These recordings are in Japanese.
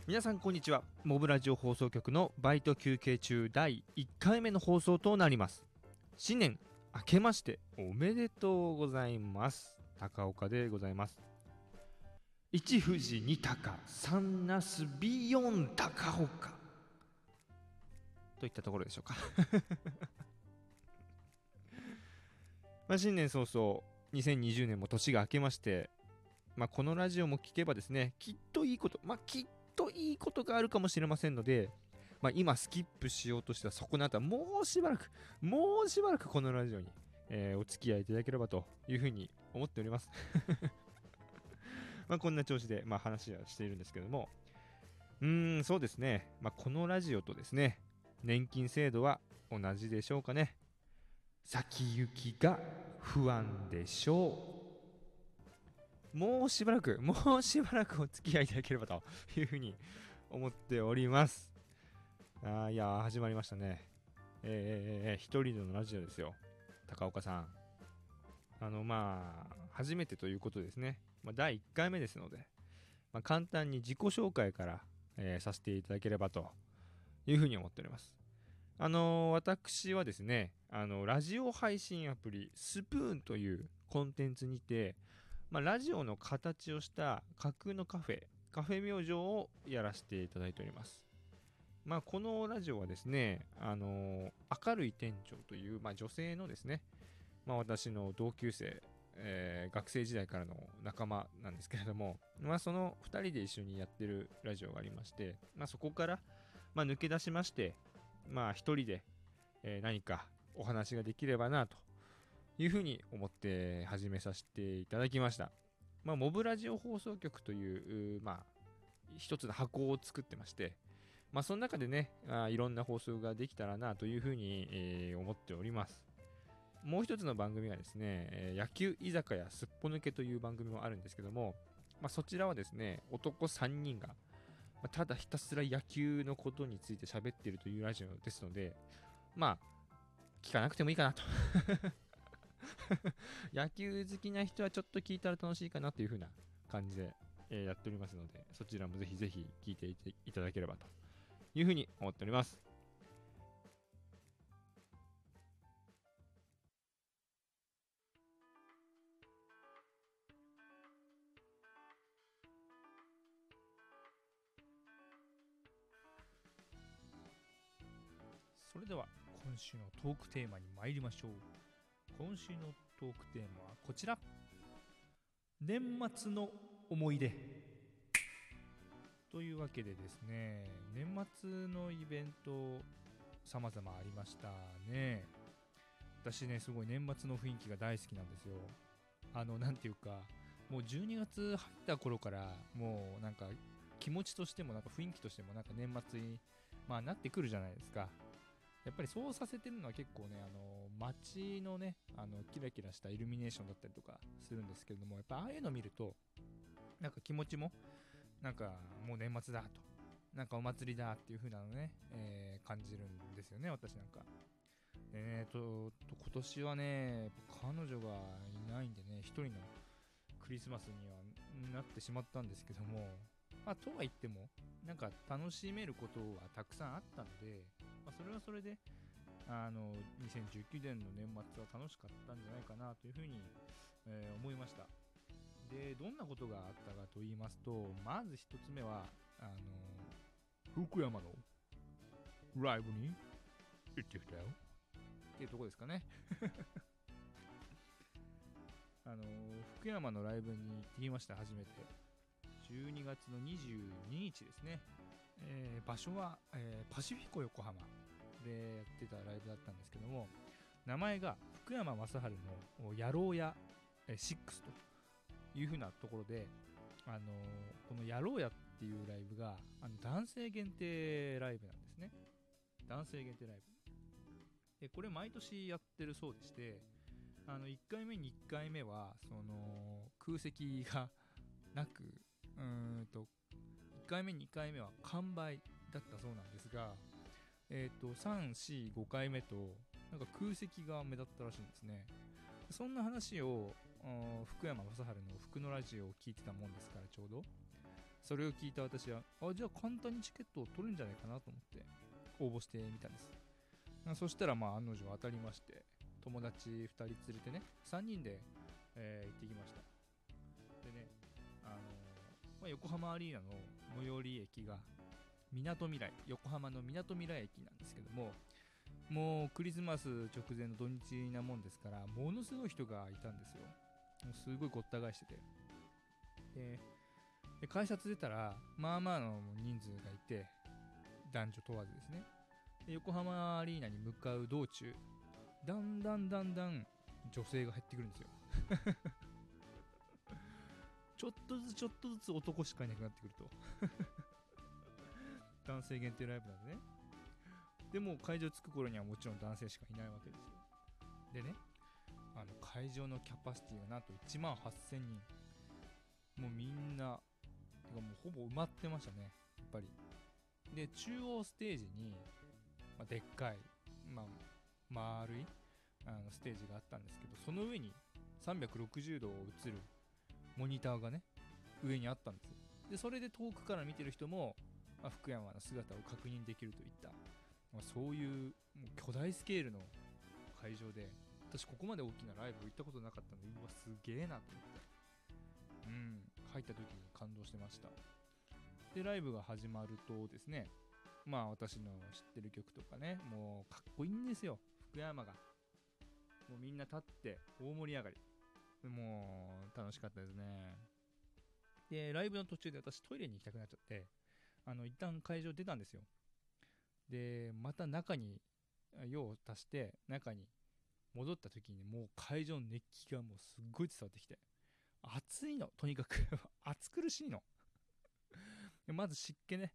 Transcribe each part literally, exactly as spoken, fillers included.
皆さんこんにちは。モブラジオ放送局のバイト休憩中だいいっかいめの放送となります。新年明けましておめでとうございます。高岡でございます。一富士二鷹三なすビヨン高岡といったところでしょうか。まあ新年早々にせんにじゅうねんも年が明けまして、まあ、このラジオも聞けばですね、きっといいこと、まあ、きっといいことがあるかもしれませんので、まあ、今スキップしようとしたそこの後はもうしばらく、もうしばらくこのラジオに、えーお付き合いいただければというふうに思っております。まあこんな調子で、まあ、話はしているんですけども、うーん、そうですね、まあ、このラジオとですね、年金制度は同じでしょうかね。先行きが不安でしょう。もうしばらく、もうしばらくお付き合いいただければというふうに思っております。あーいやー、始まりましたね。えー、えー、えー、一人でのラジオですよ。高岡さん。あの、まあ、初めてということですね。まあ、だいいっかいめですので、まあ、簡単に自己紹介から、えーさせていただければというふうに思っております。あのー私はですね、あの、ラジオ配信アプリ、スプーンというコンテンツにて、まあ、ラジオの形をした架空のカフェ、カフェ明星をやらせていただいております。まあ、このラジオはですね、あのー明るい店長という、まあ、女性のですね、まあ、私の同級生、えー学生時代からの仲間なんですけれども、まあ、そのふたりで一緒にやってるラジオがありまして、まあ、そこから、まあ、抜け出しまして、まあ、一人で、えー何かお話ができればなというふうに思って始めさせていただきました。まあ、モブラジオ放送局という、うまあ、一つの箱を作ってまして、まあ、その中でね、あいろんな放送ができたらなというふうに、えー思っております。もう一つの番組がですね、えー野球居酒屋すっぽ抜けという番組もあるんですけども、まあ、そちらはですね、男さんにんが、まあただひたすら野球のことについて喋っているというラジオですので、まあ、聞かなくてもいいかなと。野球好きな人はちょっと聞いたら楽しいかなという風な感じで、えーやっておりますので、そちらもぜひぜひ聞いていていただければという風に思っております。 それでは今週のトークテーマに参りましょう。今週のトークテーマはこちら。年末の思い出というわけでですね、年末のイベント様々ありましたね。私ね、すごい年末の雰囲気が大好きなんですよ。あの、なんていうか、もうじゅうにがつ入った頃からもうなんか気持ちとしてもなんか雰囲気としてもなんか年末に、まあ、なってくるじゃないですか。やっぱりそうさせてるのは結構ね、あの街のね、あのキラキラしたイルミネーションだったりとかするんですけれども、やっぱああいうの見るとなんか気持ちもなんかもう年末だと、なんかお祭りだっていう風なのね、えー感じるんですよね、私なんか。でね、とと今年はね、彼女がいないんでね、一人のクリスマスにはなってしまったんですけども、まあ、とは言っても、なんか楽しめることはたくさんあったので、まあ、それはそれで、あの、にせんじゅうきゅうねんの年末は楽しかったんじゃないかなというふうに、えー思いました。で、どんなことがあったかと言いますと、まず一つ目は、あの、福山のライブに行ってきたよっていうところですかね。あの、福山のライブに行ってきました、初めて。じゅうにがつのにじゅうににちですね。えー場所は、えーパシフィコ横浜でやってたライブだったんですけども、名前が福山雅治の野郎屋えーシックスという風なところで、あのーこの野郎屋っていうライブがあの男性限定ライブなんですね。男性限定ライブで、これ毎年やってるそうでして、あのいっかいめにいっかいめはその空席がなく、うーんといっかいめにかいめは完売だったそうなんですが、えー、とさん、よん、ごかいめとなんか空席が目立ったらしいんですね。そんな話をあー福山雅治の福のラジオを聞いてたもんですから、ちょうどそれを聞いた私は、あ、じゃあ簡単にチケットを取るんじゃないかなと思って応募してみたんです。そしたらまあ案の定当たりまして、友達ふたり連れてね、さんにんで、えー行ってきました。でね、あのーまあ、横浜アリーナの最寄り駅がみなとみらい、横浜のみなとみらい駅なんですけども、もうクリスマス直前の土日なもんですから、ものすごい人がいたんですよ。もうすごいごった返してて、でで改札出たらまあまあの人数がいて、男女問わずですね。で横浜アリーナに向かう道中、だんだんだんだん女性が減ってくるんですよ。ちょっとずつちょっとずつ男しかいなくなってくると。男性限定ライブなんでね。でも会場着く頃にはもちろん男性しかいないわけですよ。でね、あの会場のキャパシティがなんといちまんはっせんにん。もうみんな、てかもうほぼ埋まってましたね、やっぱり。で、中央ステージに、まあ、でっかい、まあ、丸いあのステージがあったんですけど、その上にさんびゃくろくじゅうど映るモニターがね、上にあったんですよ。で、それで遠くから見てる人も、まあ、福山の姿を確認できるといった、まあ、そういうもう巨大スケールの会場で、私ここまで大きなライブ行ったことなかったので、うわすげえなと思って、うん、入った時に感動してました。で、ライブが始まるとですね、まあ私の知ってる曲とかね、もうかっこいいんですよ、福山が。もうみんな立って大盛り上がり。もう楽しかったですね。で、ライブの途中で私トイレに行きたくなっちゃって、あの一旦会場出たんですよ。で、また中に用を足して中に戻った時に、もう会場の熱気がもうすっごい伝わってきて、暑いの、とにかく暑苦しいの。まず湿気ね。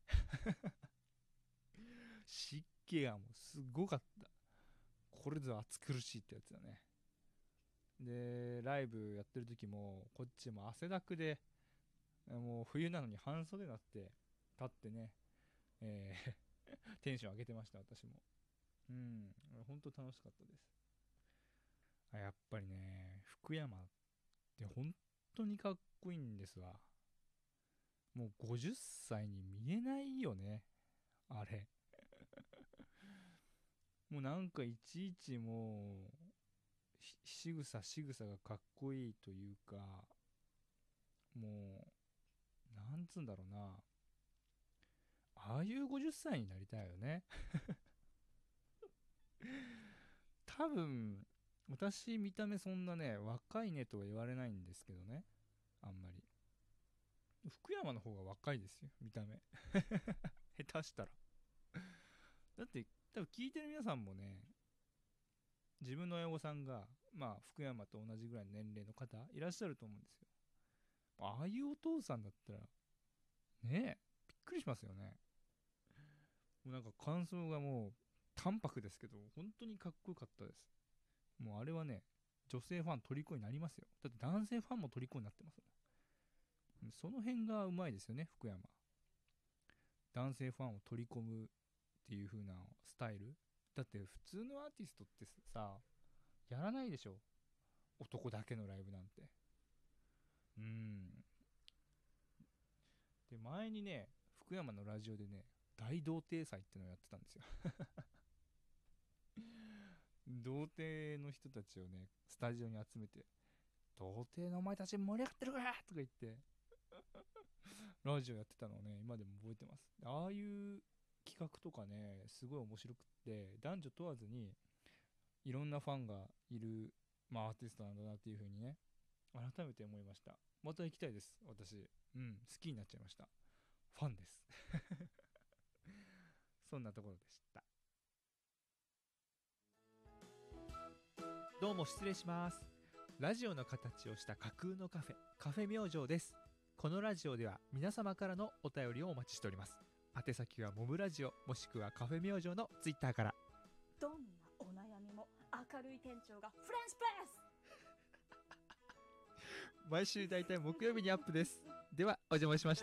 湿気がもうすごかった。これぞ暑苦しいってやつだね。で、ライブやってる時もこっちも汗だくで、もう冬なのに半袖になって立ってね、えーテンション上げてました私も。うん、本当楽しかったです。あ、やっぱりね、福山って本当にかっこいいんですわ。もうごじゅっさいに見えないよね、あれ。もうなんかいちいちもうし仕草仕草がかっこいいというか、もうなんつうんだろうな、ああいうごじゅっさいになりたいよね。多分私見た目そんなね若いねとは言われないんですけどね、あんまり。福山の方が若いですよ、見た目。下手したら。だって多分聞いてる皆さんもね、自分の親御さんがまあ福山と同じぐらいの年齢の方いらっしゃると思うんですよ。ああいうお父さんだったらねえ、びっくりしますよね。もうなんか感想がもう淡白ですけど本当にかっこよかったです。もうあれはね、女性ファン虜になりますよ。だって男性ファンも虜になってますもん。その辺がうまいですよね、福山。男性ファンを取り込むっていう風なスタイル。だって普通のアーティストってさ、やらないでしょ、男だけのライブなんて。うーん。で、前にね、福山のラジオでね、大童貞祭ってのをやってたんですよ。童貞の人たちをね、スタジオに集めて、童貞のお前たち盛り上がってるかとか言って、ラジオやってたのをね、今でも覚えてます。ああいう企画とかね、すごい面白くって、男女問わずにいろんなファンがいる、まあ、アーティストなんだなっていう風にね、改めて思いました。また行きたいです、私。うん、好きになっちゃいました。ファンです。そんなところでした。どうも失礼します。ラジオの形をした架空のカフェ、カフェ明星です。このラジオでは皆様からのお便りをお待ちしております。宛先はモブラジオもしくはカフェ明星のツイッターから。 どんなお悩みも明るい店長がフレンチプレス。 毎週だいたい木曜日にアップです。ではお邪魔しました。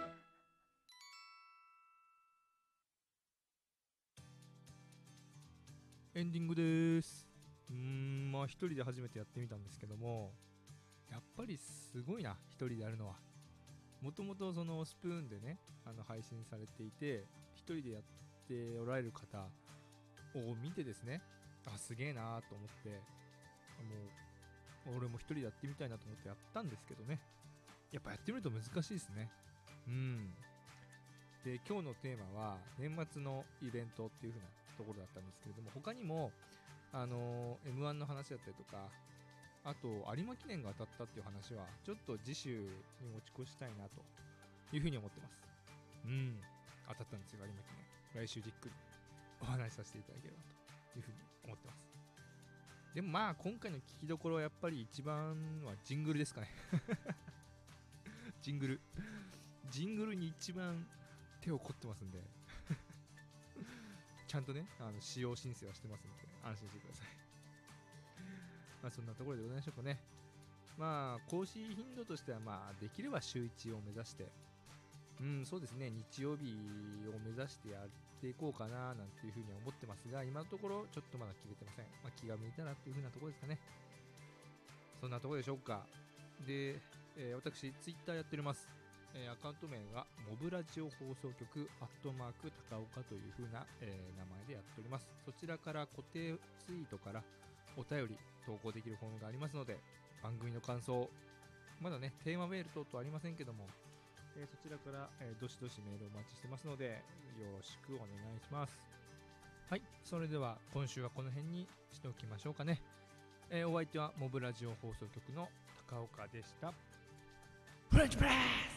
エンディングです。うーん、まあ一人で初めてやってみたんですけども、やっぱりすごいな、一人でやるのは。 もともとそのスプーンでねあの配信されていて一人でやっておられる方を見てですね、あすげえなーと思って、もう俺も一人でやってみたいなと思ってやったんですけどね、やっぱやってみると難しいですね。うんで今日のテーマは年末のイベントっていう風なところだったんですけれども、他にもあのー、エムワン の話だったりとか、あと有馬記念が当たったっていう話はちょっと次週に持ち越したいなというふうに思ってます。うん当たったんですよ有馬記念。来週じっくりお話しさせていただければというふうに思ってます。でもまあ今回の聞きどころはやっぱり一番はジングルですかねジングルジングルに一番手を凝ってますんでちゃんとねあの使用申請はしてますので安心してくださいまあそんなところでございましょうかね。まあ更新頻度としてはまあできれば週いちを目指して、うんそうですね日曜日を目指してやっていこうかななんていうふうには思ってますが、今のところちょっとまだ決めてません。まあ、気が向いたらっていうふうなところですかね。そんなところでしょうか。で、えー、私ツイッターやっております。えー、アカウント名がモブラジオ放送局アットマーク高岡というふうな、えー、名前でやっております。そちらから固定ツイートからお便り投稿できるフォームがありますので、番組の感想、まだねテーマメール等々ありませんけども、えー、そちらから、えー、どしどしメールお待ちしてますのでよろしくお願いします。はい、それでは今週はこの辺にしておきましょうかね。えー、お相手はモブラジオ放送局の高岡でした。フレンチプレス